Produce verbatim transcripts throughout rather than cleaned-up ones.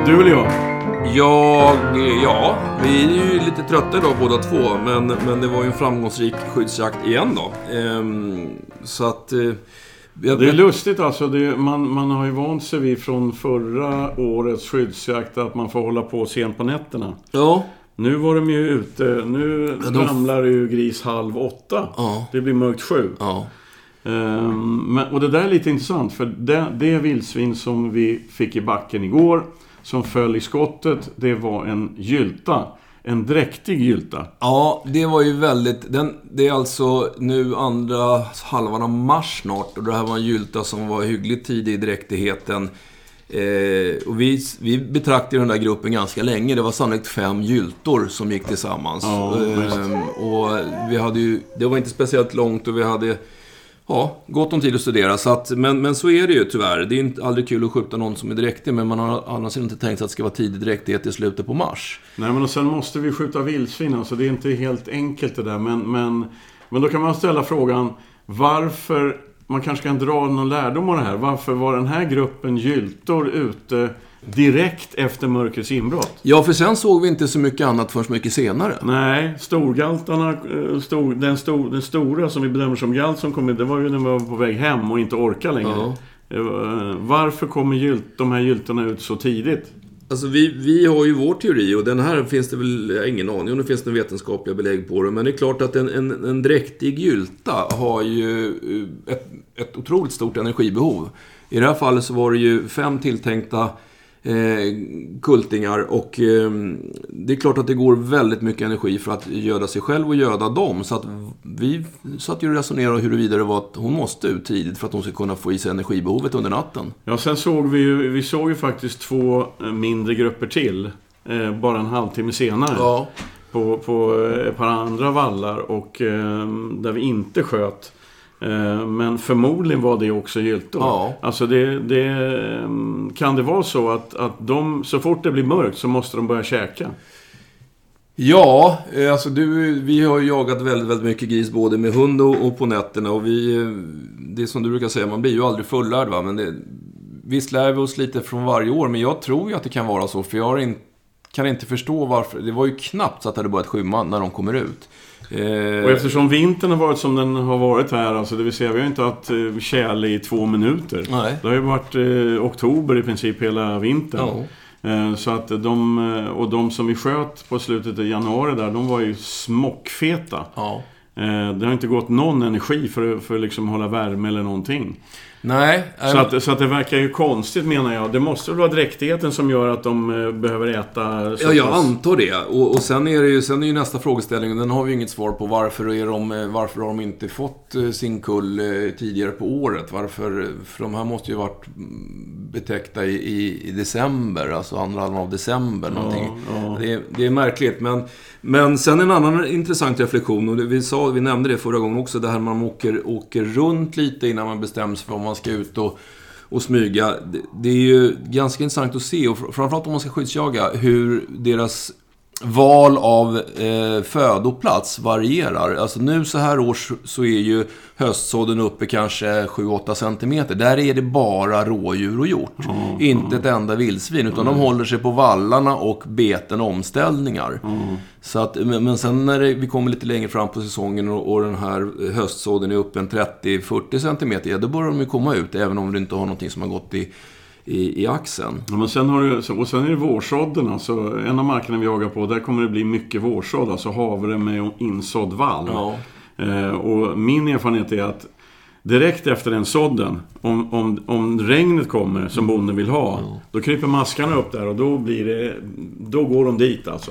Du eller jag? Jag, ja, vi är ju lite trötta idag båda två, men, men det var ju en framgångsrik skyddsjakt igen då. Ehm, så att... Eh, jag, det är lustigt alltså, det, man, man har ju vant sig vid från förra årets skyddsjakt att man får hålla på sent på nätterna. Ja. Nu var de ju ute, nu ja, de... ramlar ju gris halv åtta. Ja. Det blir mörkt sju. Ja. Ehm, men, och det där är lite intressant, för det, det vildsvin som vi fick i backen igår, som föll i skottet, det var en gylta. En dräktig gylta. Ja, det var ju väldigt... Den, det är alltså nu andra halvan av mars snart. Och det här var en gylta som var hyggligt tidig i dräktigheten. Eh, och vi, vi betraktade den där gruppen ganska länge. Det var sannolikt fem gyltor som gick tillsammans. Ja, eh, och vi hade ju... Det var inte speciellt långt och vi hade... Ja, gott om tid att studera. Så att, men, men så är det ju tyvärr. Det är inte aldrig kul att skjuta någon som är dräktig. Men man har annars inte tänkt att det ska vara tidig dräktighet i slutet på mars. Nej, men och sen måste vi skjuta vildsvin. Alltså det är inte helt enkelt det där. Men, men, men då kan man ställa frågan. Varför, man kanske kan dra någon lärdom av det här. Varför var den här gruppen gyltor ute direkt efter mörkrets inbrott? Ja, för sen såg vi inte så mycket annat förrän mycket senare. Nej, storgaltarna, stor, den, stor, den stora som vi bedömer som galt som kom in, det var ju när vi var på väg hem och inte orka längre. Ja. Varför kommer gylt, de här gyltorna ut så tidigt? Alltså vi, vi har ju vår teori och den här finns det väl ingen aning om det finns några vetenskapliga belägg på det. Men det är klart att en, en, en dräktig gylta har ju ett, ett otroligt stort energibehov. I det här fallet så var det ju fem tilltänkta Eh, kultingar och eh, det är klart att det går väldigt mycket energi för att göda sig själv och göda dem, så att vi satt ju och resonerade huruvida det var att hon måste ut tidigt för att hon ska kunna få i sig energibehovet under natten. Ja, sen såg vi ju, vi såg ju faktiskt två mindre grupper till eh, bara en halvtimme senare. Ja. på, på ett par andra vallar och eh, där vi inte sköt. Men förmodligen var det också gyltor. Ja. Alltså det, det, kan det vara så att, att de, så fort det blir mörkt så måste de börja käka? Ja, alltså du, vi har ju jagat väldigt, väldigt mycket gris både med hund och, och på nätterna. Och vi, det är som du brukar säga, man blir ju aldrig fullärd va? Men det, visst lär vi oss lite från varje år. Men jag tror ju att det kan vara så. För jag har in, kan inte förstå varför. Det var ju knappt så att det hade börjat skymma när de kommer ut. Och eftersom vintern har varit som den har varit här, alltså det vill säga vi har inte haft tjäle i två minuter. Nej. Det har ju varit eh, oktober i princip hela vintern. Ja. Eh, så att de, och de som vi sköt på slutet av januari där, de var ju smockfeta. Ja. Eh, det har inte gått någon energi för, för liksom hålla värme eller någonting. Nej. Så att, så att det verkar ju konstigt menar jag. Det måste väl vara dräktigheten som gör att de eh, behöver äta. Ja, jag antar det. Och, och sen är det ju sen är ju nästa frågeställning, och den har vi ju inget svar på. Varför är de, varför har de inte fått sin kull tidigare på året? Varför? För de här måste ju varit betäckta i, i, i december, alltså andra halvan av december någonting. Ja, ja. Det, det är märkligt, men men sen en annan intressant reflektion, och det, vi sa vi nämnde det förra gången också, det här man åker åker runt lite innan man bestäms för om man ska ut och, och smyga. Det, det är ju ganska intressant att se, och framförallt om man ska skyddsjaga, hur deras val av eh, födoplats varierar. Alltså nu så här års så är ju höstsådden uppe kanske sju åtta centimeter. Där är det bara rådjur och hjort. Mm, inte mm. ett enda vildsvin, utan mm. de håller sig på vallarna och beten omställningar. Mm. Så att, men, men sen när det, vi kommer lite längre fram på säsongen och, och den här höstsådden är uppe en trettio till fyrtio centimeter, ja, då börjar de ju komma ut, även om du inte har någonting som har gått i I, i axeln. Ja, men sen har du, och sen är det vårsådden, alltså en av markerna vi jagar på, där kommer det bli mycket vårsådd, alltså havre med insådd vall. Ja. Eh, och min erfarenhet är att direkt efter den sådden, om, om, om regnet kommer som bonden vill ha, ja. Då kryper maskarna upp där och då blir det, då går de dit alltså.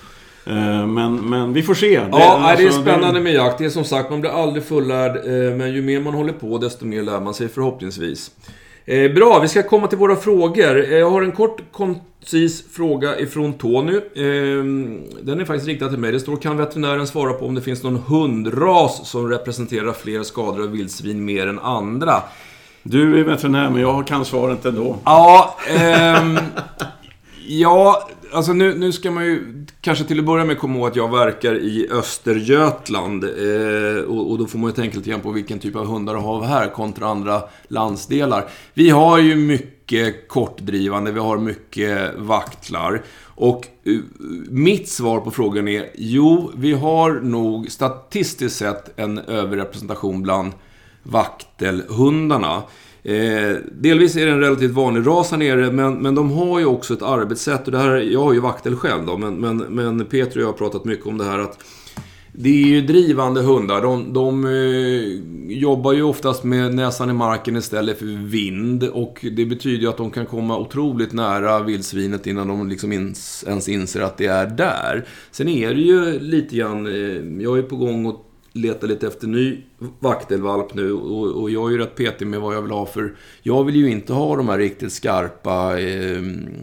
Eh, men, men vi får se. Det, ja, alltså, det är spännande med jakt. Det är som sagt, man blir aldrig fullärd, eh, men ju mer man håller på desto mer lär man sig förhoppningsvis. Eh, bra, vi ska komma till våra frågor. Eh, jag har en kort, koncis fråga ifrån Tony. Eh, den är faktiskt riktad till mig. Det står: kan veterinären svara på om det finns någon hundras som representerar fler skador av vildsvin mer än andra? Du är veterinär, men jag kan svaret ändå. Ja, ehm, ja, alltså nu, nu ska man ju kanske till att börja med komma ihåg att jag verkar i Östergötland. Eh, och, och då får man ju tänka lite grann på vilken typ av hundar har vi här kontra andra landsdelar. Vi har ju mycket kortdrivande, vi har mycket vaktlar. Och uh, mitt svar på frågan är, jo, vi har nog statistiskt sett en överrepresentation bland vaktelhundarna. Eh, delvis är det en relativt vanlig ras här nere, men, men de har ju också ett arbetssätt. Och det här, jag har ju vaktel själv då, men, men, men Peter och jag har pratat mycket om det här att det är ju drivande hundar. De, de eh, jobbar ju oftast med näsan i marken istället för vind. Och det betyder ju att de kan komma otroligt nära vildsvinet innan de liksom ins, ens inser att det är där. Sen är det ju lite grann, eh, jag är på gång och letar lite efter ny vaktelvalp nu. Och, och jag är ju rätt petig med vad jag vill ha, för jag vill ju inte ha de här riktigt skarpa eh,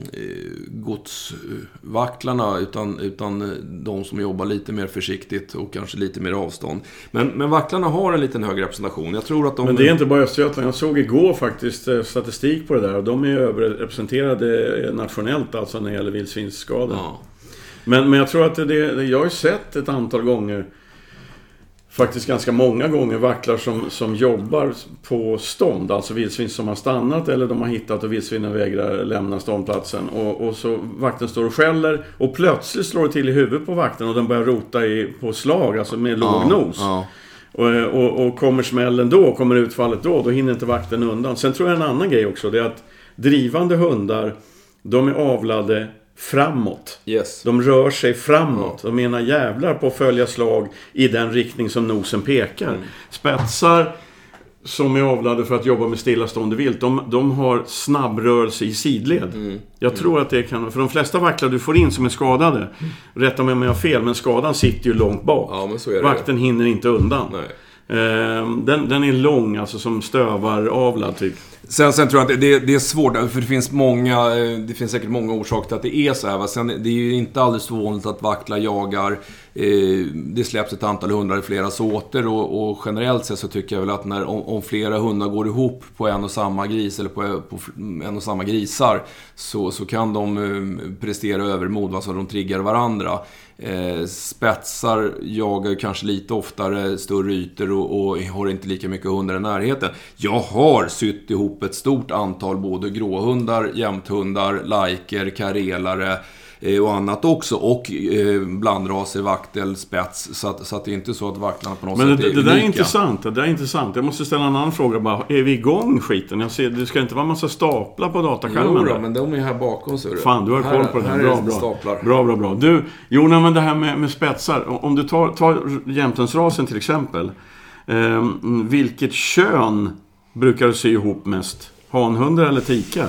godsvaktlarna, utan, utan de som jobbar lite mer försiktigt och kanske lite mer avstånd. Men, men vaktlarna har en liten högre representation. Jag tror att de... Men det är inte bara Östergötland. Jag såg igår faktiskt statistik på det där, och de är överrepresenterade nationellt alltså när det gäller vildsvinsskador. Ja. Men, men jag tror att det, jag har sett ett antal gånger, faktiskt ganska många gånger, vaktlar som, som jobbar på stånd. Alltså vildsvin som har stannat eller de har hittat och vildsvinen vägrar lämna ståndplatsen. Och, och så vakten står och skäller och plötsligt slår det till i huvudet på vakten och den börjar rota i, på slag, alltså med låg ja, nos. Ja. Och, och, och kommer smällen då, kommer utfallet då, då hinner inte vakten undan. Sen tror jag en annan grej också, det är att drivande hundar, de är avlade framåt. Yes. De rör sig framåt. Ja. De menar jävlar på att följa slag i den riktning som nosen pekar. Mm. Spetsar som är avlade för att jobba med stillastående vilt, de, de har snabbrörelse i sidled. Mm. Jag mm. tror att det kan, för de flesta vaktlar du får in som är skadade, mm. rätta mig om jag har fel, men skadan sitter ju långt bak. Ja, men så är det. Vakten hinner inte undan. Nej. Den, den är lång, alltså som stövar avlad typ. Sen, sen tror jag att det, det är svårt, för det finns många, det finns säkert många orsaker till att det är så här. Va? Sen, det är ju inte alldeles så vanligt att vaktlar jagar. Eh, det släpps ett antal hundar i flera såter, och, och generellt sett så tycker jag väl att när, om, om flera hundar går ihop på en och samma gris eller på, på en och samma grisar, så, så kan de eh, prestera övermod, alltså de triggar varandra. Eh, spetsar jagar kanske lite oftare större ytor och, och har inte lika mycket hundar i närheten. Jag har sytt ihop ett stort antal både gråhundar, jämthundar, lajker, karelare eh, och annat också, och eh, blandraser, vaktel, spets, så att, så att det är inte så att vaktlarna på något Men sätt det, är det där unika. är intressant, det där är intressant. Jag måste ställa en annan fråga bara. Är vi igång skiten? Jag ser, det ska inte vara en massa staplar på dataskärmen. Jo, men de är här bakom, så är det. Fan, du har koll på det här. Bra, bra. Staplar. Bra, bra, bra. Du, jo, nej, men det här med, med spetsar. Om du tar, tar jämtensrasen till exempel. Eh, vilket kön brukar du se ihop mest? Hanhundar eller tikar?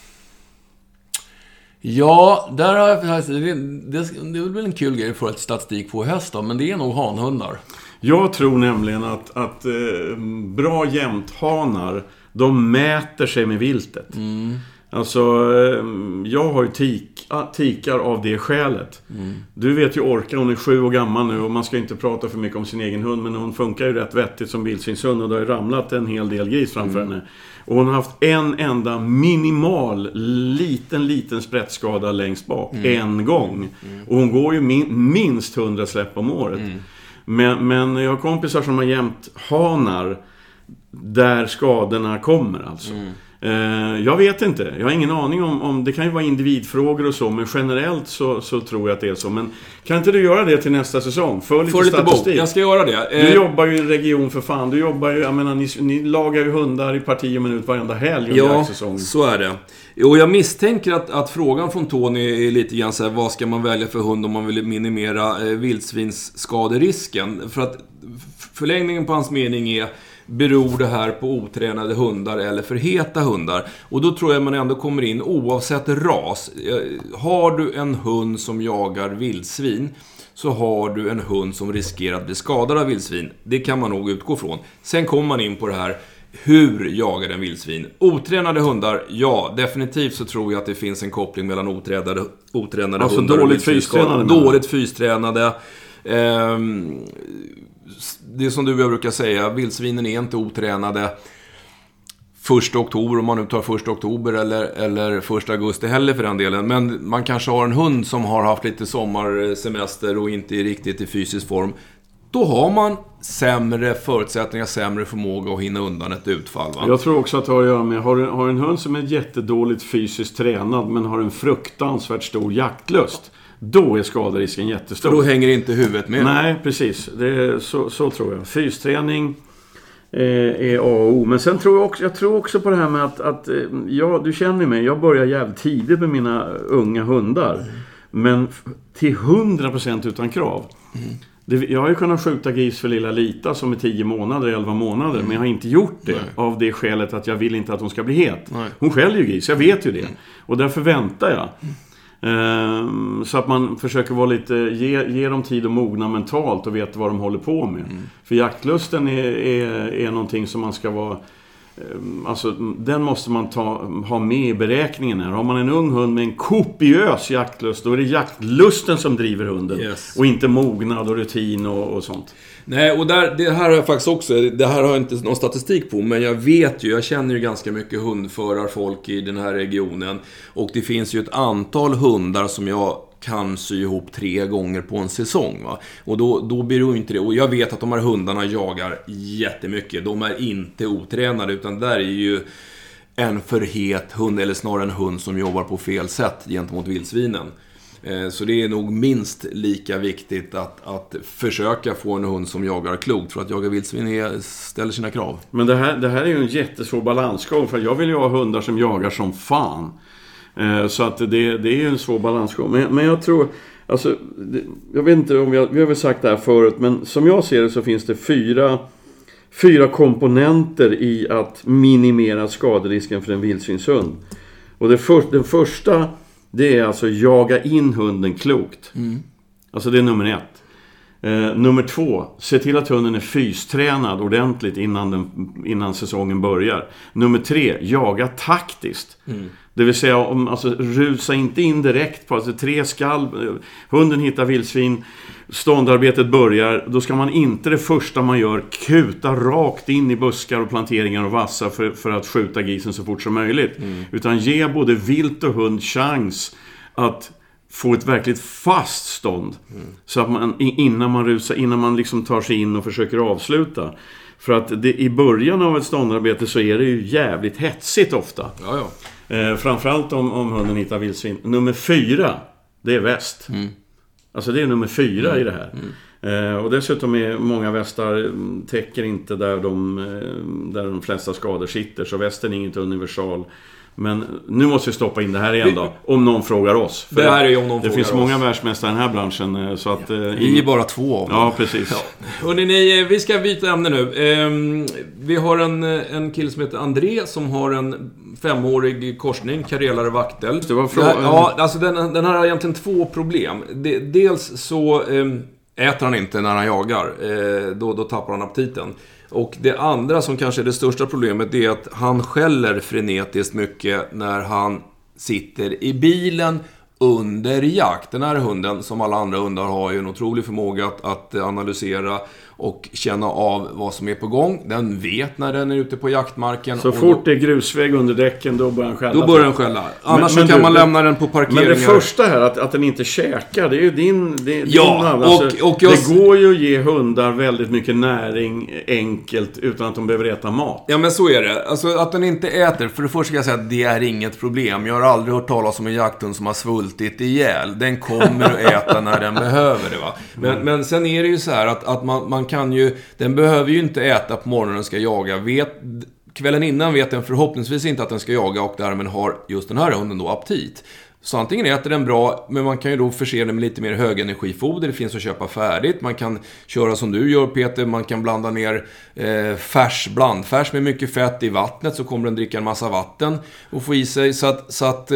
Ja, där har jag, det, det, det är väl en kul grej för ett statistik på hästar, men det är nog hanhundar. Jag tror nämligen att, att eh, bra jämthanar, de mäter sig med viltet. Mm. Alltså, eh, jag har ju tik, tikar av det skälet. Mm. Du vet ju Orka, hon är sju år gammal nu och man ska inte prata för mycket om sin egen hund, men hon funkar ju rätt vettigt som vildsvinshund och det har ju ramlat en hel del gris framför mm. henne. Och hon har haft en enda minimal, liten, liten sprättskada längst bak. Mm. En gång. Mm. Och hon går ju min, minst hundra släpp om året. Mm. Men, men jag har kompisar som har jämt hanar där skadorna kommer alltså. Mm. Eh, jag vet inte. Jag har ingen aning om, om det kan ju vara individfrågor och så, men generellt så, så tror jag att det är så. Men kan inte du göra det till nästa säsong? För lite, lite statistik. Bok. Jag ska göra det. Eh... Du jobbar ju i en region för fan. Du jobbar ju, jag menar, ni, ni lagar ju hundar i parti och minut varenda helg. Ja, så är det. Och jag misstänker att, att frågan från Tony är lite grann så här: vad ska man välja för hund om man vill minimera eh, vildsvinsskaderisken? För att förlängningen på hans mening är: beror det här på otränade hundar eller för heta hundar? Och då tror jag man ändå kommer in oavsett ras. Har du en hund som jagar vildsvin, så har du en hund som riskerar att bli skadad av vildsvin. Det kan man nog utgå från. Sen kommer man in på det här: hur jagar en vildsvin? Otränade hundar, ja, definitivt så tror jag att det finns en koppling mellan otränade, otränade alltså hundar dåligt och fystränade. Dåligt fystränade. Ehm... Det är som du och jag brukar säga, vildsvinen är inte otränade. första oktober, om man nu tar första oktober eller, eller första augusti heller för den delen. Men man kanske har en hund som har haft lite sommarsemester och inte är riktigt i fysisk form. Då har man sämre förutsättningar, sämre förmåga att hinna undan ett utfall. Va? Jag tror också att det har att göra med, har, har en hund som är jättedåligt fysiskt tränad men har en fruktansvärt stor jaktlust, då är skaderisken jättestor. För då hänger inte huvudet med. Nej, precis. Det är, så, så tror jag. Fysträning eh, är A och O. Men sen tror jag också, jag tror också på det här med att, att ja, du känner mig, jag börjar jävligt tidigt med mina unga hundar. Mm. Men till hundra procent utan krav. Mm. Det, jag har ju kunnat skjuta gris för lilla Lita som är tio månader, elva månader. Mm. Men jag har inte gjort det. Nej. Av det skälet att jag vill inte att hon ska bli het. Nej. Hon skäller ju gris, jag vet ju det. Mm. Och därför väntar jag. Mm. Ehm, så att man försöker vara lite, ge, ge dem tid att mogna mentalt och veta vad de håller på med. Mm. För jaktlusten är, är, är någonting som man ska vara... Alltså, den måste man ta, ha med i beräkningen här. Har man en ung hund med en kopiös jaktlust, då är det jaktlusten som driver hunden. Yes. Och inte mognad och rutin och, och sånt. Nej, och där, det här har jag faktiskt också, det här har jag inte någon statistik på, men jag vet ju, jag känner ju ganska mycket hundförarfolk i den här regionen. Och det finns ju ett antal hundar som jag kan sy ihop tre gånger på en säsong, va? Och då, då blir det inte det. Och jag vet att de här hundarna jagar jättemycket. De är inte otränade, utan där är ju en för het hund, eller snarare en hund som jobbar på fel sätt gentemot vildsvinen. Så det är nog minst lika viktigt att, att försöka få en hund som jagar klokt, för att jaga vildsvin är, ställer sina krav. Men det här, det här är ju en jättesvår balansgång, för jag vill ju ha hundar som jagar som fan. Så att det, det är ju en svår balansgång. Men, men jag tror, alltså, det, jag vet inte om vi har, vi har väl sagt det här förut, men som jag ser det så finns det fyra, fyra komponenter i att minimera skaderisken för en vildsvinshund. Och det för, den första, det är alltså jaga in hunden klokt. Mm. Alltså det är nummer ett. Eh, nummer två, se till att hunden är fystränad ordentligt innan, den, innan säsongen börjar. Nummer tre, jaga taktiskt. Mm. Det vill säga, om, alltså, rusa inte in direkt på, alltså, tre skall, hunden hittar vildsvin, ståndarbetet börjar, då ska man inte det första man gör kuta rakt in i buskar och planteringar och vassa för, för att skjuta grisen så fort som möjligt. Mm. Utan ge både vilt och hund chans att få ett verkligt fast stånd. Mm. Så att man, innan man rusar, innan man liksom tar sig in och försöker avsluta. För att det, i början av ett ståndarbete så är det ju jävligt hetsigt ofta. Ja, ja. Eh, framförallt om, om hunden hittar vildsvin. Nummer fyra, det är väst. Mm. Alltså det är nummer fyra mm. i det här. Mm. Eh, och dessutom är många västar täcker inte där de, där de flesta skador sitter. Så västen är inget universal. Men nu måste vi stoppa in det här igen då. Om någon frågar oss. För det här är om någon det frågar finns oss. Många världsmästare i den här branschen. Så att, ja. Vi är bara två av dem. Ja, precis. Ja. Hörrni, ni, vi ska byta ämne nu. Ehm, vi har en, en kille som heter André som har en femårig korsning, karelare vaktel. Det var frågan. Ja, alltså den, den här har egentligen två problem. De, dels så ehm, äter han inte när han jagar. Ehm, då, då tappar han aptiten. Och det andra som kanske är det största problemet är att han skäller frenetiskt mycket när han sitter i bilen under jakt. Den här hunden, som alla andra hundar, har ju en otrolig förmåga att, att analysera och känna av vad som är på gång. Den vet när den är ute på jaktmarken. Så fort då, det är grusväg under däcken, då börjar den skälla. Då börjar den skälla. Annars men, men så kan du, man lämna den på parkeringar. Men det första här, att, att den inte käkar, det är ju din... Det, ja, din och, alltså, och jag, det går ju att ge hundar väldigt mycket näring enkelt utan att de behöver äta mat. Ja, men så är det. Alltså att den inte äter, för det första ska jag säga att det är inget problem. Jag har aldrig hört talas om en jakthund som har svultit ihjäl. Den kommer att äta när den behöver det, va? Men, mm. men sen är det ju så här att, att man, man kan ju... Den behöver ju inte äta på morgonen och ska jaga. Vet, kvällen innan vet den förhoppningsvis inte att den ska jaga, och därmed har just den här hunden då aptit. Så antingen äter den bra, men man kan ju då förse den med lite mer högenergifoder. Det finns att köpa färdigt. Man kan köra som du gör, Peter. Man kan blanda ner eh, färs, blandfärs med mycket fett i vattnet, så kommer den dricka en massa vatten och få i sig. Så att, så att eh,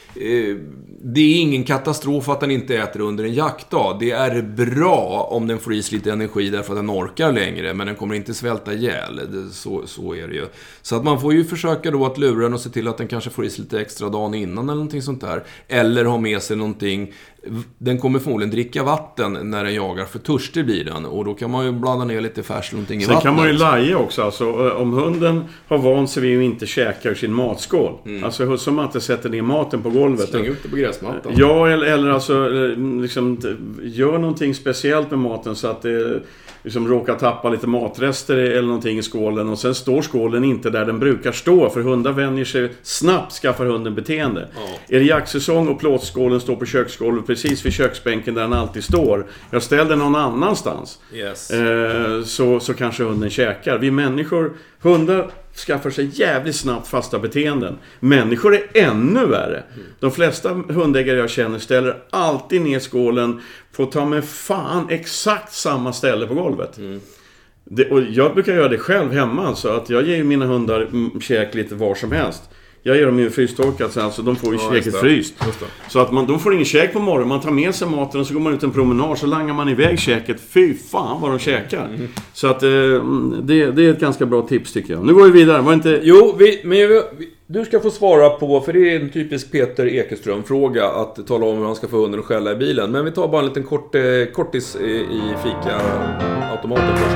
eh, det är ingen katastrof att den inte äter under en jaktdag. Det är bra om den får i sig lite energi därför att den orkar längre, men den kommer inte svälta ihjäl. Det, så, så är det ju. Så att man får ju försöka då att lura den och se till att den kanske får i sig lite extra dagen innan eller någonting sånt där. Eller ha med sig någonting. Den kommer förmodligen dricka vatten när den jagar, för törstig blir den. Och då kan man ju blanda ner lite färs någonting i Sen vattnet. Sen kan man ju laja också. Alltså, om hunden har vant sig vid att inte käka ur sin matskål. Mm. Alltså som att det sätter ner maten på golvet. Släng ut det på gräsmattan. Ja, eller, eller alltså liksom, gör någonting speciellt med maten så att det liksom råkar tappa lite matrester eller någonting i skålen. Och sen står skålen inte där den brukar stå. För hundar vänjer sig snabbt, skaffar hunden beteende. Ja. Är det jaktsäsong och plåtskålen står på köksgolvet precis vid köksbänken där den alltid står. Jag ställer den någon annanstans. Yes. Eh, så, så kanske hunden käkar. Vi människor, hundar skaffar sig jävligt snabbt fasta beteenden. Människor är ännu värre. De flesta hundägare jag känner ställer alltid ner skålen på ta med fan exakt samma ställe på golvet. Mm. Det, och jag brukar göra det själv hemma. Alltså, att jag ger mina hundar käk lite var som helst. Jag ger dem ju frystorkat så alltså, de får ju ja, käket fryst. Så att man, de får ingen käk på morgonen. Man tar med sig maten och så går man ut en promenad. Så langar man iväg käket. Fy fan vad de käkar. Mm. Så att eh, det, det är ett ganska bra tips tycker jag. Nu går vi vidare. Var inte... Jo, vi, men vi, du ska få svara på, för det är en typisk Peter Ekeström-fråga att tala om hur han ska få hunden att skälla i bilen. Men vi tar bara en liten kort, eh, kortis i, i fika-automaten först.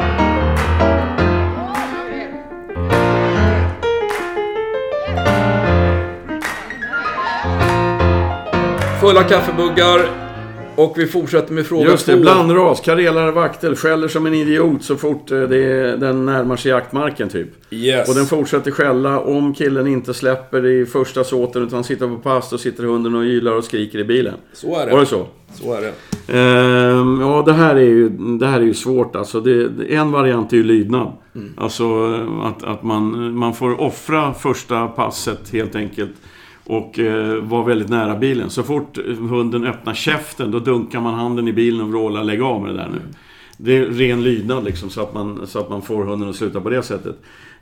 Fulla kaffebuggar. Och vi fortsätter med frågan. Just det, blandras, karelare vaktel skäller som en idiot så fort det, den närmar sig jaktmarken typ. Yes. Och den fortsätter skälla om killen inte släpper i första såten utan sitter på pass och sitter hunden och ylar och skriker i bilen. Så är det. Var det så? Så är det. Ehm, ja, det här är ju, det här är ju svårt alltså. Det, en variant är ju lydnad. Mm. Alltså att, att man, man får offra första passet helt enkelt. Och eh, var väldigt nära bilen. Så fort hunden öppnar käften, då dunkar man handen i bilen och vrålar, lägg av med det där nu. Det är ren lydnad liksom, så att man, så att man får hunden att sluta på det sättet.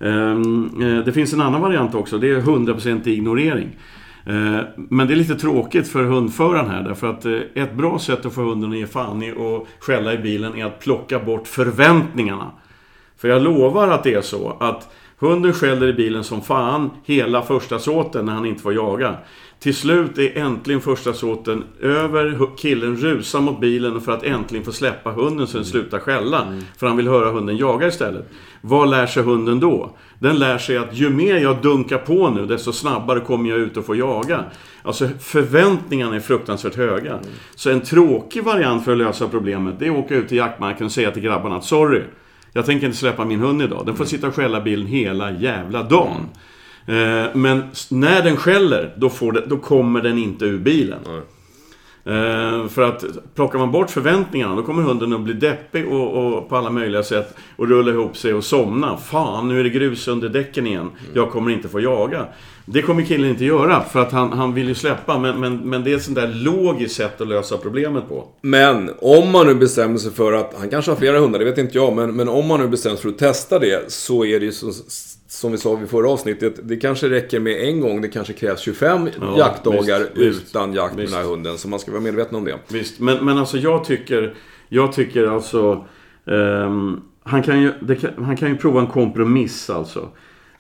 Um, eh, det finns en annan variant också, det är hundra procent ignorering. Uh, men det är lite tråkigt för hundföraren här, därför att uh, ett bra sätt att få hunden att ge fan i och skälla i bilen är att plocka bort förväntningarna. För jag lovar att det är så att hunden skäller i bilen som fan hela första såten när han inte får jaga. Till slut är äntligen första såten över, killen rusar mot bilen för att äntligen få släppa hunden så den slutar skälla. Mm. För han vill höra hunden jaga istället. Vad lär sig hunden då? Den lär sig att ju mer jag dunkar på nu, desto snabbare kommer jag ut och får jaga. Alltså förväntningarna är fruktansvärt höga. Mm. Så en tråkig variant för att lösa problemet, det är att åka ut till jaktmarken och säga till grabbarna att sorry, jag tänker inte släppa min hund idag. Den får sitta och skälla bilen hela jävla dagen. Mm. Eh, men när den skäller, då, får det, då kommer den inte ur bilen. Mm. Eh, för att plockar man bort förväntningarna, då kommer hunden att bli deppig och, och på alla möjliga sätt och rulla ihop sig och somna. Fan, nu är det grus under däcken igen. Mm. Jag kommer inte få jaga. Det kommer killen inte göra för att han, han vill ju släppa. Men, men, men det är ett sånt där logiskt sätt att lösa problemet på. Men om man nu bestämmer sig för att, han kanske har flera hundar, det vet inte jag. Men, men om man nu bestämmer sig för att testa det, så är det ju så, som vi sa vid förra avsnittet. Det kanske räcker med en gång, det kanske krävs tjugofem ja, jaktdagar visst, utan jakt med visst. Den här hunden. Så man ska vara medveten om det. Visst, men, men alltså jag tycker, jag tycker alltså, um, han, kan ju, det kan, han kan ju prova en kompromiss alltså.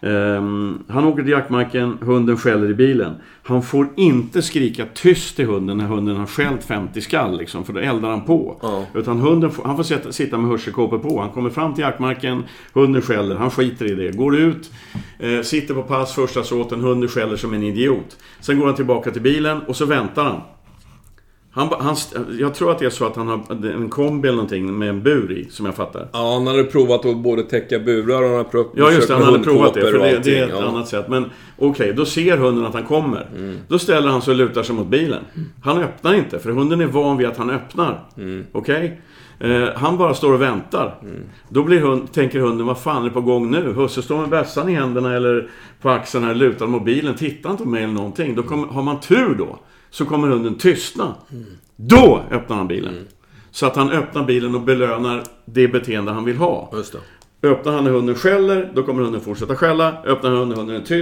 Um, han åker till jaktmarken, hunden skäller i bilen. Han får inte skrika tyst till hunden när hunden har skällt femtio skall liksom, för då eldar han på. Ja. Utan hunden får, han får sitta, sitta med hörselkåpor på. Han kommer fram till jaktmarken, hunden skäller, han skiter i det. Går ut, eh, sitter på pass första såten, hunden skäller som en idiot. Sen går han tillbaka till bilen och så väntar han. Han, han, jag tror att det är så att han har en kombi eller någonting med en bur i, som jag fattar. Ja, han hade provat att både täcka burar och han har provat, ja, just det, han hade provat det, för det, det är ett ja. annat sätt. Men okej, okay, då ser hunden att han kommer. Mm. Då ställer han sig och lutar sig mot bilen. Han öppnar inte, för hunden är van vid att han öppnar. Mm. Okej? Okay? Eh, han bara står och väntar. Mm. Då blir hund, tänker hunden, vad fan är på gång nu? Husse står med bässan i händerna eller på axeln här, lutar mobilen, tittar inte på mig eller någonting. Då kommer, har man tur då, så kommer hunden tystna. Mm. Då öppnar han bilen. Mm. Så att han öppnar bilen och belönar det beteende han vill ha. Just det. Öppnar han när hunden skäller, då kommer hunden fortsätta skälla. Öppnar hunden, hunden är tyst,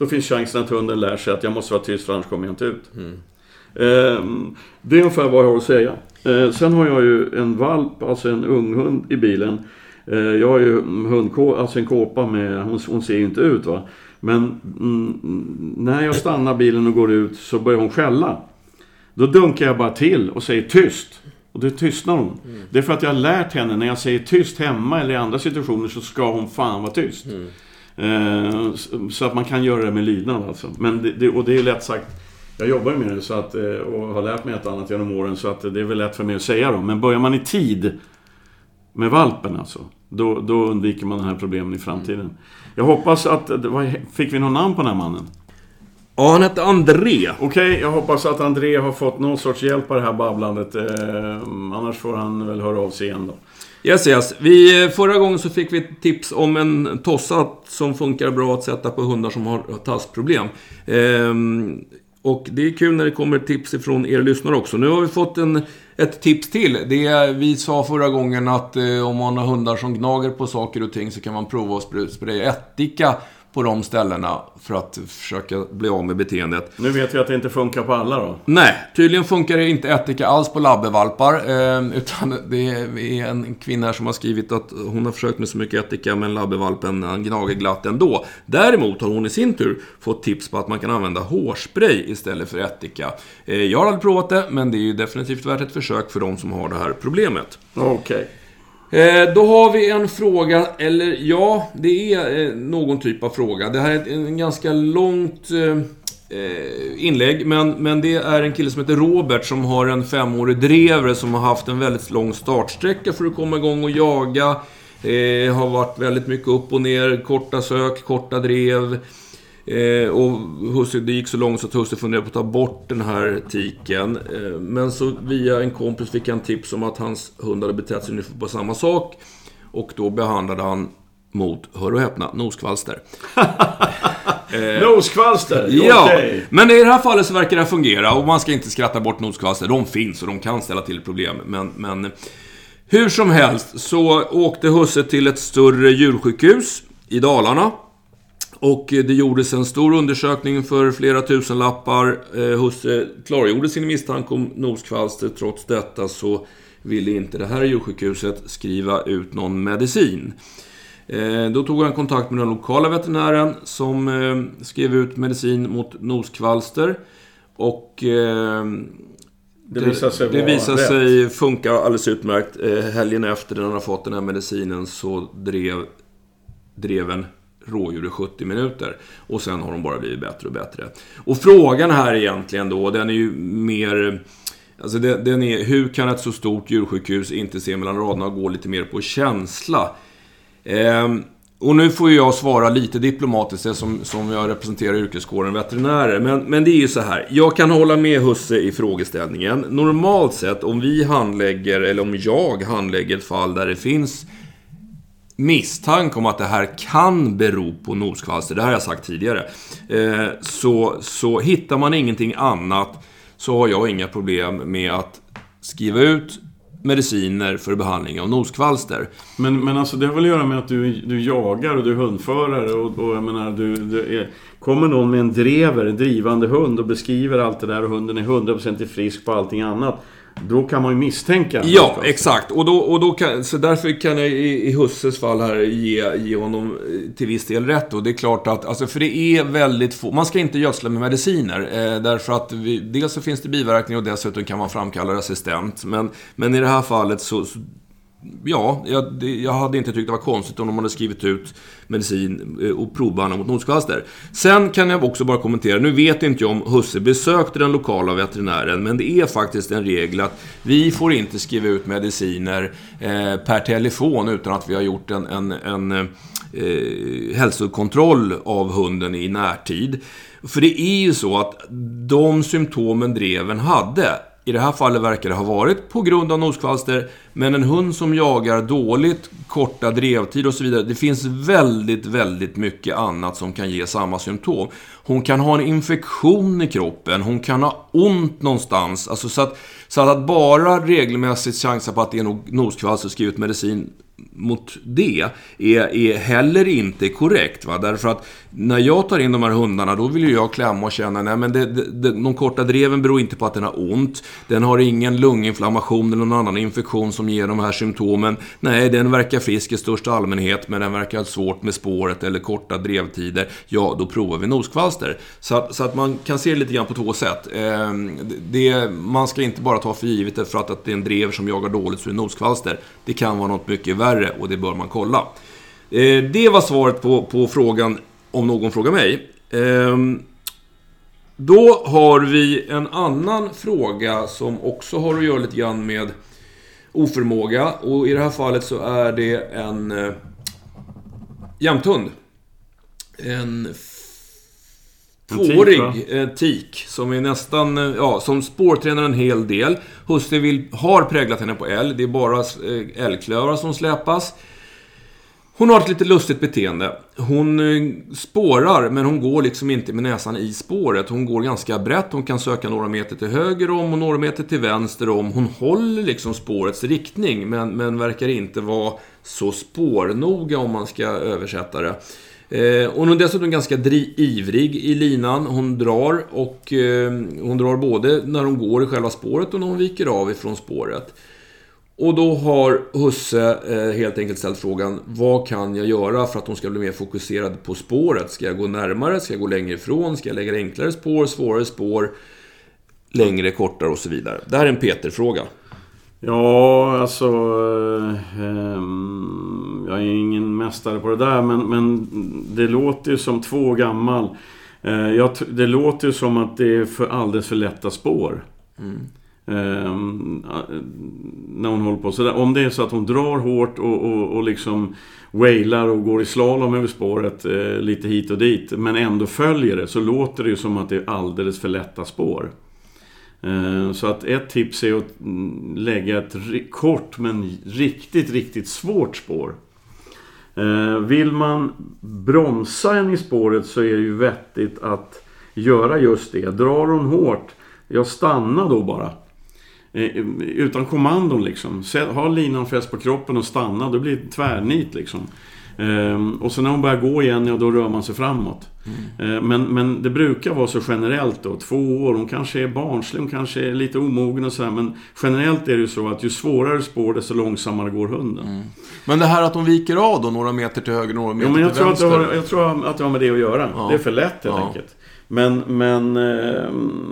då finns chansen att hunden lär sig att jag måste vara tyst för annars kommer jag inte ut. Mm. Eh, det är ungefär vad jag har att säga. Eh, sen har jag ju en valp, alltså en ung hund i bilen. Eh, jag har ju hundkå, alltså en kåpa med, hon, hon ser ju inte ut va. Men mm, när jag stannar bilen och går ut så börjar hon skälla. Då dunkar jag bara till och säger tyst. Och det tystnar hon. Mm. Det är för att jag har lärt henne, när jag säger tyst hemma eller i andra situationer så ska hon fan vara tyst. Mm. Eh, så att man kan göra det med lydnad alltså. Men det, det, och det är lätt sagt. Jag jobbar med det så att, och har lärt mig ett annat genom åren så att det är väl lätt för mig att säga dem. Men börjar man i tid med valpen alltså, då, då undviker man den här problemen i framtiden. Jag hoppas att, fick vi någon namn på den här mannen? Ja, han hette André. Okej, okay, jag hoppas att André har fått någon sorts hjälp av det här babblandet. Eh, annars får han väl höra av sig igen då. Yes, yes. Vi, förra gången så fick vi ett tips om en tossa som funkar bra att sätta på hundar som har tassproblem. Eh, och det är kul när det kommer tips ifrån er lyssnare också. Nu har vi fått en, ett tips till. Det är, vi sa förra gången att eh, om man har hundar som gnager på saker och ting så kan man prova att spraya ättika på de ställena för att försöka bli av med beteendet. Nu vet vi att det inte funkar på alla då. Nej, tydligen funkar det inte ättika alls på labbevalpar. Eh, utan det är en kvinna som har skrivit att hon har försökt med så mycket ättika men labbevalpen han gnager glatt ändå. Däremot har hon i sin tur fått tips på att man kan använda hårspray istället för ättika. Eh, jag har aldrig provat det, men det är ju definitivt värt ett försök för de som har det här problemet. Okej. Okay. Eh, då har vi en fråga, eller ja, det är eh, någon typ av fråga. Det här är ett, en ganska långt eh, inlägg, men, men det är en kille som heter Robert som har en femårig drevare som har haft en väldigt lång startsträcka för att komma igång och jaga. Eh, har varit väldigt mycket upp och ner, korta sök, korta drev. Eh, och husse, det gick så långt så att husse funderade på att ta bort den här tiken. Eh, men så via en kompis fick han tips om att hans hund hade betett sig ungefär på samma sak. Och då behandlade han mot, hör och häpna, noskvalster. eh, noskvalster? Ja, okay. Men i det här fallet så verkar det fungera. Och man ska inte skratta bort noskvalster. De finns och de kan ställa till problem. Men, men hur som helst så åkte husse till ett större djursjukhus i Dalarna. Och det gjordes en stor undersökning för flera tusen lappar. Eh, husse klargjorde sin misstanke om noskvalster. Trots detta så ville inte det här djursjukhuset skriva ut någon medicin. Eh, då tog han kontakt med den lokala veterinären som eh, skrev ut medicin mot noskvalster. Och eh, det, det visade sig, det visade sig funka alldeles utmärkt. Eh, helgen efter den har fått den här medicinen så drev dreven rådjur i sjuttio minuter. Och sen har de bara blivit bättre och bättre. Och frågan här egentligen då, den är ju mer... Alltså den är, hur kan ett så stort djursjukhus inte se mellan raderna och gå lite mer på känsla? Ehm, och nu får jag svara lite diplomatiskt som, som jag representerar yrkeskåren veterinärer. Men, men det är ju så här, jag kan hålla med husse i frågeställningen. Normalt sett, om vi handlägger, eller om jag handlägger ett fall där det finns misstanke om att det här kan bero på noskvalster, det här har jag sagt tidigare, eh, så, så hittar man ingenting annat så har jag inga problem med att skriva ut mediciner för behandling av noskvalster. Men, men alltså det har väl att göra med att du, du jagar och du är hundförare och, och jag menar, du, du är, kommer någon med en drever, en drivande hund och beskriver allt det där och hunden är hundra procent frisk på allting annat. Då kan man ju misstänka. Ja, exakt. Och då, och då kan, så därför kan jag i, i husses fall här ge, ge honom till viss del rätt. Och det är klart att, alltså för det är väldigt få, man ska inte gödsla med mediciner. Eh, därför att vi, dels så finns det biverkningar och dessutom kan man framkalla resistent. Men, men i det här fallet så... så ja, jag, det, jag hade inte tyckt det var konstigt om de hade skrivit ut medicin och provbehandla mot noskvalster. Sen kan jag också bara kommentera, nu vet inte jag om husse besökte den lokala veterinären, men det är faktiskt en regel att vi får inte skriva ut mediciner eh, per telefon utan att vi har gjort en, en, en eh, hälsokontroll av hunden i närtid. För det är ju så att de symptomen dreven hade, i det här fallet verkar det ha varit på grund av noskvalster, men en hund som jagar dåligt, korta drevtid och så vidare, det finns väldigt, väldigt mycket annat som kan ge samma symptom. Hon kan ha en infektion i kroppen, hon kan ha ont någonstans, alltså så att, så att bara regelmässigt chansa på att det är noskvalster och skriva ut medicin mot det är, är heller inte korrekt. Va? Därför att när jag tar in de här hundarna, då vill ju jag klämma och känna, nej men det, det, det, de korta dreven beror inte på att den har ont. Den har ingen lunginflammation eller någon annan infektion som ger de här symptomen. Nej, den verkar frisk i största allmänhet, men den verkar ha svårt med spåret eller korta drevtider. Ja, då provar vi noskvalster. Så att, så att man kan se det lite grann på två sätt. Eh, det, man ska inte bara ta för givet det för att, att det är en drev som jagar dåligt så är det noskvalster. Det kan vara något mycket värre och det bör man kolla. Eh, det var svaret på, på frågan om någon frågar mig. Eh, då har vi en annan fråga som också har att göra lite grann med oförmåga. Och i det här fallet så är det en eh, jämthund. En tvåårig eh, tik som är nästan, eh, ja, som spårtränar en hel del. Husse vill, har präglat henne på älg. Det är bara eh, älgklövar som släpas. Hon har ett lite lustigt beteende. Hon eh, spårar, men hon går liksom inte med näsan i spåret. Hon går ganska brett. Hon kan söka några meter till höger om och några meter till vänster om. Hon håller liksom spårets riktning, men, men verkar inte vara så spårnoga om man ska översätta det. Eh, och hon är dessutom ganska dri- ivrig i linan. Hon drar och eh, hon drar både när hon går i själva spåret och när hon viker av ifrån spåret. Och då har Husse eh, helt enkelt ställt frågan: vad kan jag göra för att hon ska bli mer fokuserad på spåret? Ska jag gå närmare? Ska jag gå längre ifrån? Ska jag lägga enklare spår, svårare spår, längre, kortare och så vidare? Det här är en Peter-fråga. Ja, alltså eh, jag är ingen mästare på det där, men, men det låter ju som två år gammal. Eh, jag, det låter ju som att det är för alldeles för lätta spår. Mm. Eh, när hon håller på. Så där, om det är så att hon drar hårt och, och, och liksom wailar och går i slalom över spåret eh, lite hit och dit, men ändå följer det, så låter det ju som att det är alldeles för lätta spår. Så att ett tips är att lägga ett kort men riktigt, riktigt svårt spår. Vill man bromsa en i spåret så är det ju vettigt att göra just det. Drar hon hårt, jag stannar då bara. Utan kommandon liksom. Ha linan fäst på kroppen och stanna, då blir det tvärnit liksom. Um, och så när hon börjar gå igen, ja, då rör man sig framåt. Mm. uh, men, men det brukar vara så generellt då. Två år, hon kanske är barnslig, hon kanske är lite omogen och sådär. Men generellt är det ju så att ju svårare spår, desto långsammare går hunden. Mm. Men det här att hon viker av då några meter till höger, några meter ja, men jag till tror vänster. Att det har, jag tror att det har med det att göra. Ja. Det är för lätt helt ja. enkelt. Men, men uh,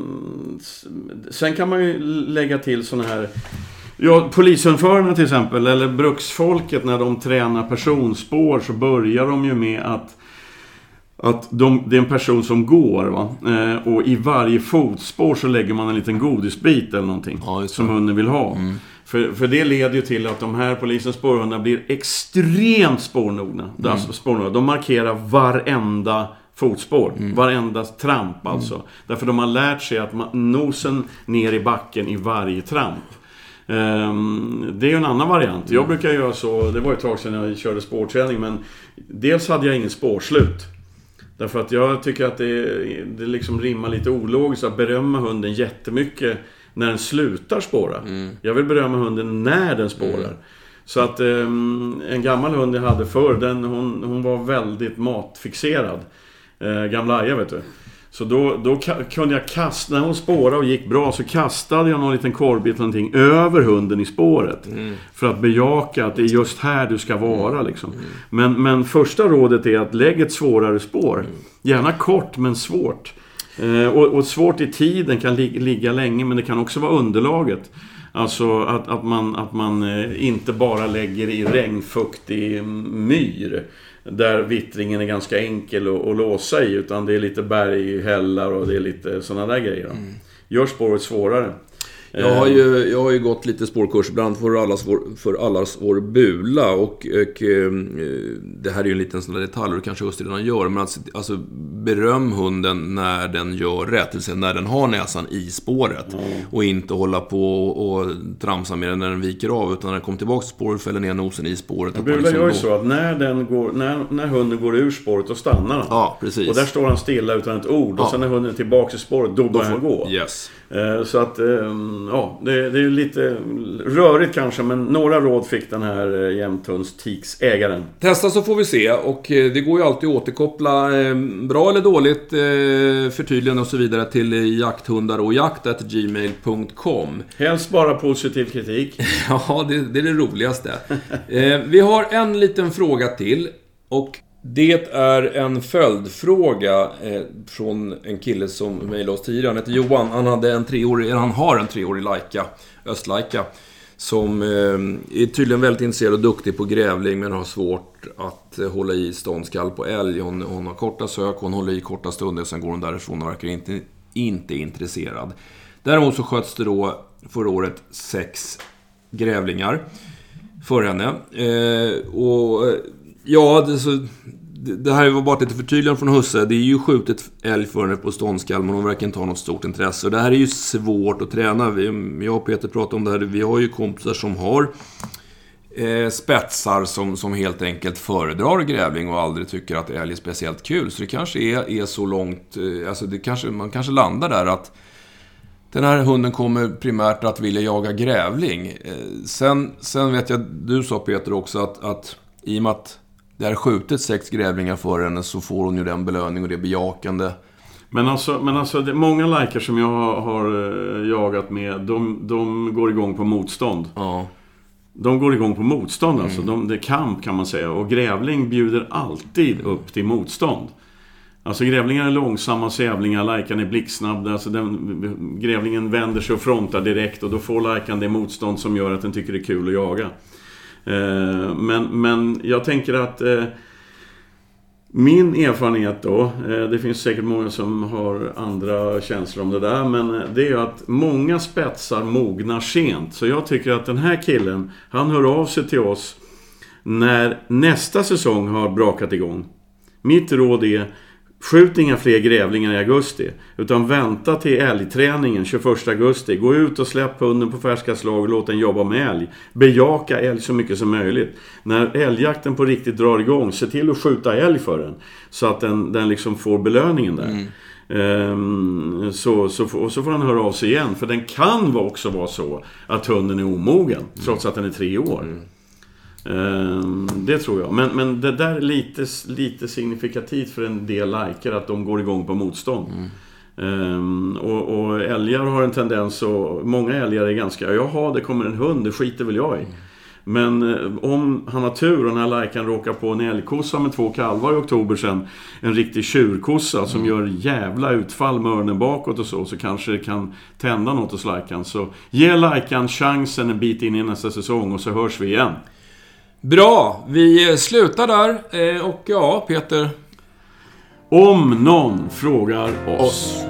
sen kan man ju lägga till såna här... Ja, polishundförarna till exempel, eller bruksfolket, när de tränar personspår så börjar de ju med att, att de, det är en person som går, va? Eh, och i varje fotspår så lägger man en liten godisbit eller någonting ja, som hunden vill ha. Mm. För, för det leder ju till att de här polisens spårhundar blir extremt spårnogna. Mm. Alltså, spårnogna. De markerar varenda fotspår, mm. varenda tramp alltså. Mm. Därför de har lärt sig att man, nosen ner i backen i varje tramp. Det är ju en annan variant. Jag brukar göra så, det var ett tag sedan jag körde spårträning, men dels hade jag ingen spårslut. Därför att jag tycker att det, det liksom rimmar lite ologiskt att berömma hunden jättemycket när den slutar spåra. Mm. Jag vill berömma hunden när den spårar. Mm. Så att um, en gammal hund jag hade förr, den, hon, hon var väldigt matfixerad. Uh, gamla Aja, vet du. Så då, då kunde jag kasta, när hon spårade och gick bra, så kastade jag någon liten korvbit eller någonting över hunden i spåret. Mm. För att bejaka att det är just här du ska vara liksom. Mm. Men, men första rådet är att lägga ett svårare spår. Mm. Gärna kort men svårt. Eh, och, och svårt i tiden kan li- ligga länge, men det kan också vara underlaget. Alltså att, att man, att man eh, inte bara lägger i regnfuktig myr där vittringen är ganska enkel att, att låsa i, utan det är lite berghällar och det är lite sådana där grejer. Mm. Gör spåret svårare. Jag har ju, jag har ju gått lite spårkurs ibland för allas vår, för allas vår bula och, och det här är ju en liten sån där detalj och kanske just redan gör, men alltså, alltså beröm hunden när den gör rätt, till när den har näsan i spåret mm. och inte hålla på och tramsa med den när den viker av, utan när den kommer tillbaka till spåret fäller ner nosen i spåret. Och bula liksom gör ju så att när, den går, när, när hunden går ur spåret, då stannar han. Ja, precis. Och där står han stilla utan ett ord, ja. Och sen när hunden är tillbaka i spåret, då börjar han gå. Yes. Så att um, ja, det, det är lite rörigt kanske, men några råd fick den här Jämthunds Tiks ägaren. Testa så får vi se, och det går ju alltid att återkoppla bra eller dåligt förtydligande och så vidare till jakthundar och jakt at gmail punkt com. Helst bara positiv kritik. Ja, det, det är det roligaste. Vi har en liten fråga till, och det är en följdfråga eh, från en kille som mejlade oss tidigare. Han heter Johan. Han, hade en treårig, han har en treårig Laika, östlaika, som eh, är tydligen väldigt intresserad och duktig på grävling, men har svårt att eh, hålla i ståndskall på älg. Hon, hon har korta sök, hon håller i korta stunder, sen går hon därifrån och verkar inte, inte intresserad. Däremot så sköts det då förra året sex grävlingar för henne. Eh, och ja, det, så, det, det här var bara lite förtydligande från husse. Det är ju skjutit älg för henne på ståndskall, men hon verkar inte ha något stort intresse. Och det här är ju svårt att träna. Vi, jag och Peter pratade om det här. Vi har ju kompisar som har eh, spetsar som, som helt enkelt föredrar grävling och aldrig tycker att älg är speciellt kul. Så det kanske är, är så långt, eh, alltså det kanske, man kanske landar där att den här hunden kommer primärt att vilja jaga grävling. Eh, sen, sen vet jag, du sa Peter också att, att i och med att det är skjutit sex grävlingar för henne, så får hon ju den belöning och det bejakande. Men alltså, men alltså det, många likar som jag har, har jagat med, de, de går igång på motstånd. Ja. De går igång på motstånd, alltså. De, det är kamp kan man säga. Och grävling bjuder alltid upp till motstånd. Alltså grävlingar är långsamma sävlingar, likan är blixtsnabb. Alltså den, grävlingen vänder sig och frontar direkt, och då får likan det motstånd som gör att den tycker det är kul att jaga. Men, men jag tänker att eh, min erfarenhet då, eh, det finns säkert många som har andra känslor om det där, men det är att många spetsar mognar sent. Så jag tycker att den här killen, han hör av sig till oss när nästa säsong har brakat igång. Mitt råd är: skjut inga fler grävlingar i augusti, utan vänta till älgträningen tjugoförsta augusti. Gå ut och släpp hunden på färska slag och låt den jobba med älg. Bejaka älg så mycket som möjligt. När älgjakten på riktigt drar igång, se till att skjuta älg för den, så att den, den liksom får belöningen där. Mm. Um, så, så, och så får han höra av sig igen. För den kan också vara så att hunden är omogen, mm. trots att den är tre år. Mm. Um, det tror jag. Men, men det där är lite, lite signifikativt för en del likar, att de går igång på motstånd. Mm. Um, och, och älgar har en tendens, och många älgar är ganska, jaha, det kommer en hund, det skiter väl jag i. Mm. Men uh, om han har tur och den här likan råkar på en älgkossa med två kalvar i oktober sen, en riktig tjurkossa som mm. gör jävla utfall med öronen bakåt och så, så kanske det kan tända något hos likan. Så ge likan chansen en bit in i nästa säsong, och så hörs vi igen. Bra, vi slutar där. Och ja, Peter. Om någon frågar oss,